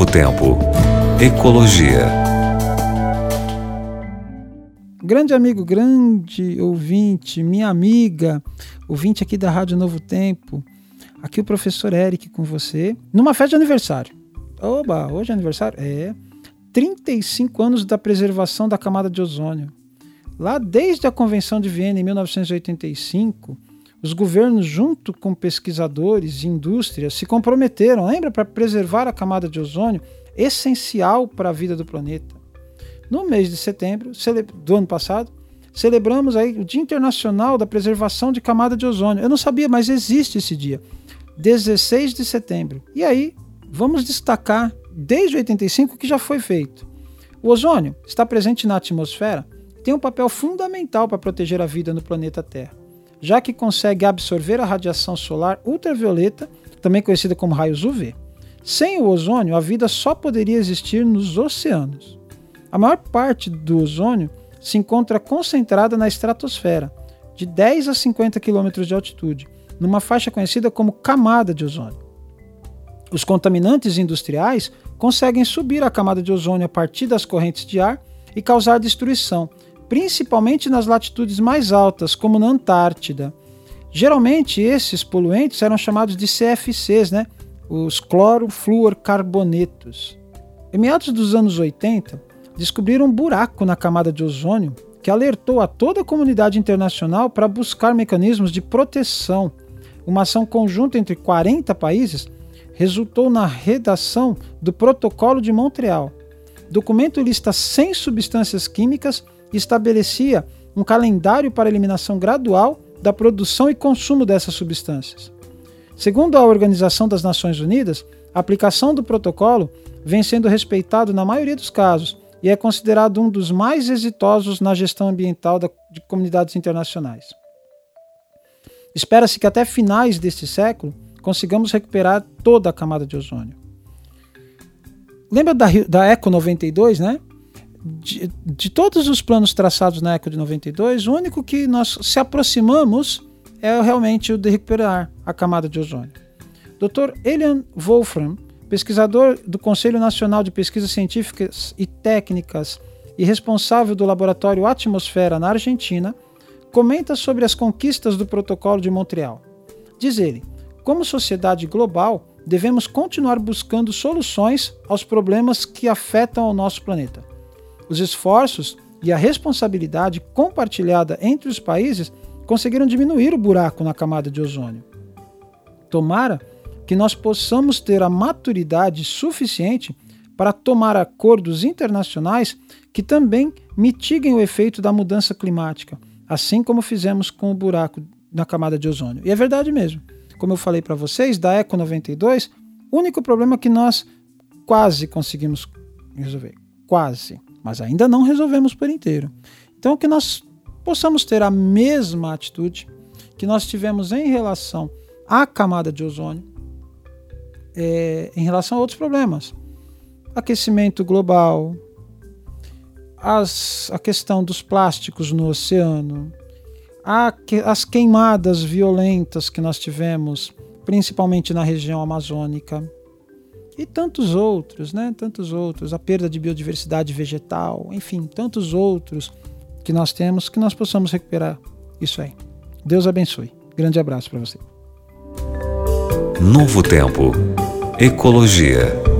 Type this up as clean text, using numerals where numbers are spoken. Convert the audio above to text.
Novo Tempo. Ecologia. Grande amigo, grande ouvinte, minha amiga, ouvinte aqui da Rádio Novo Tempo. Aqui o professor Eric com você, numa festa de aniversário. Oba, hoje é aniversário? 35 anos da preservação da camada de ozônio. Lá desde a Convenção de Viena em 1985, os governos, junto com pesquisadores e indústrias, se comprometeram, lembra, para preservar a camada de ozônio, essencial para a vida do planeta. No mês de setembro do ano passado, celebramos aí o Dia Internacional da Preservação de Camada de Ozônio. Eu não sabia, mas existe esse dia, 16 de setembro. E aí, vamos destacar, desde 85, o que já foi feito. O ozônio está presente na atmosfera e tem um papel fundamental para proteger a vida no planeta Terra, já que consegue absorver a radiação solar ultravioleta, também conhecida como raios UV. Sem o ozônio, a vida só poderia existir nos oceanos. A maior parte do ozônio se encontra concentrada na estratosfera, de 10 a 50 km de altitude, numa faixa conhecida como camada de ozônio. Os contaminantes industriais conseguem subir a camada de ozônio a partir das correntes de ar e causar destruição, principalmente nas latitudes mais altas, como na Antártida. Geralmente, esses poluentes eram chamados de CFCs, os clorofluorcarbonetos. Em meados dos anos 80, descobriram um buraco na camada de ozônio que alertou a toda a comunidade internacional para buscar mecanismos de proteção. Uma ação conjunta entre 40 países resultou na redação do Protocolo de Montreal. O documento lista 100 substâncias químicas e estabelecia um calendário para a eliminação gradual da produção e consumo dessas substâncias. Segundo a Organização das Nações Unidas, a aplicação do protocolo vem sendo respeitado na maioria dos casos e é considerado um dos mais exitosos na gestão ambiental de comunidades internacionais. Espera-se que até finais deste século consigamos recuperar toda a camada de ozônio. Lembra da Eco 92, De todos os planos traçados na Eco de 92, o único que nós se aproximamos é realmente o de recuperar a camada de ozônio. Dr. Elian Wolfram, pesquisador do Conselho Nacional de Pesquisas Científicas e Técnicas e responsável do Laboratório Atmosfera na Argentina, comenta sobre as conquistas do Protocolo de Montreal. Diz ele: como sociedade global, devemos continuar buscando soluções aos problemas que afetam ao nosso planeta. Os esforços e a responsabilidade compartilhada entre os países conseguiram diminuir o buraco na camada de ozônio. Tomara que nós possamos ter a maturidade suficiente para tomar acordos internacionais que também mitiguem o efeito da mudança climática, assim como fizemos com o buraco na camada de ozônio. E é verdade mesmo. Como eu falei para vocês, da Eco 92, o único problema que nós quase conseguimos resolver. Quase. Mas ainda não resolvemos por inteiro. Então, que nós possamos ter a mesma atitude que nós tivemos em relação à camada de ozônio, em relação a outros problemas. Aquecimento global, a questão dos plásticos no oceano, as queimadas violentas que nós tivemos, principalmente na região amazônica, e tantos outros, Tantos outros, a perda de biodiversidade vegetal, enfim, tantos outros que nós temos, que nós possamos recuperar isso aí. Deus abençoe. Grande abraço para você. Novo Tempo. Ecologia.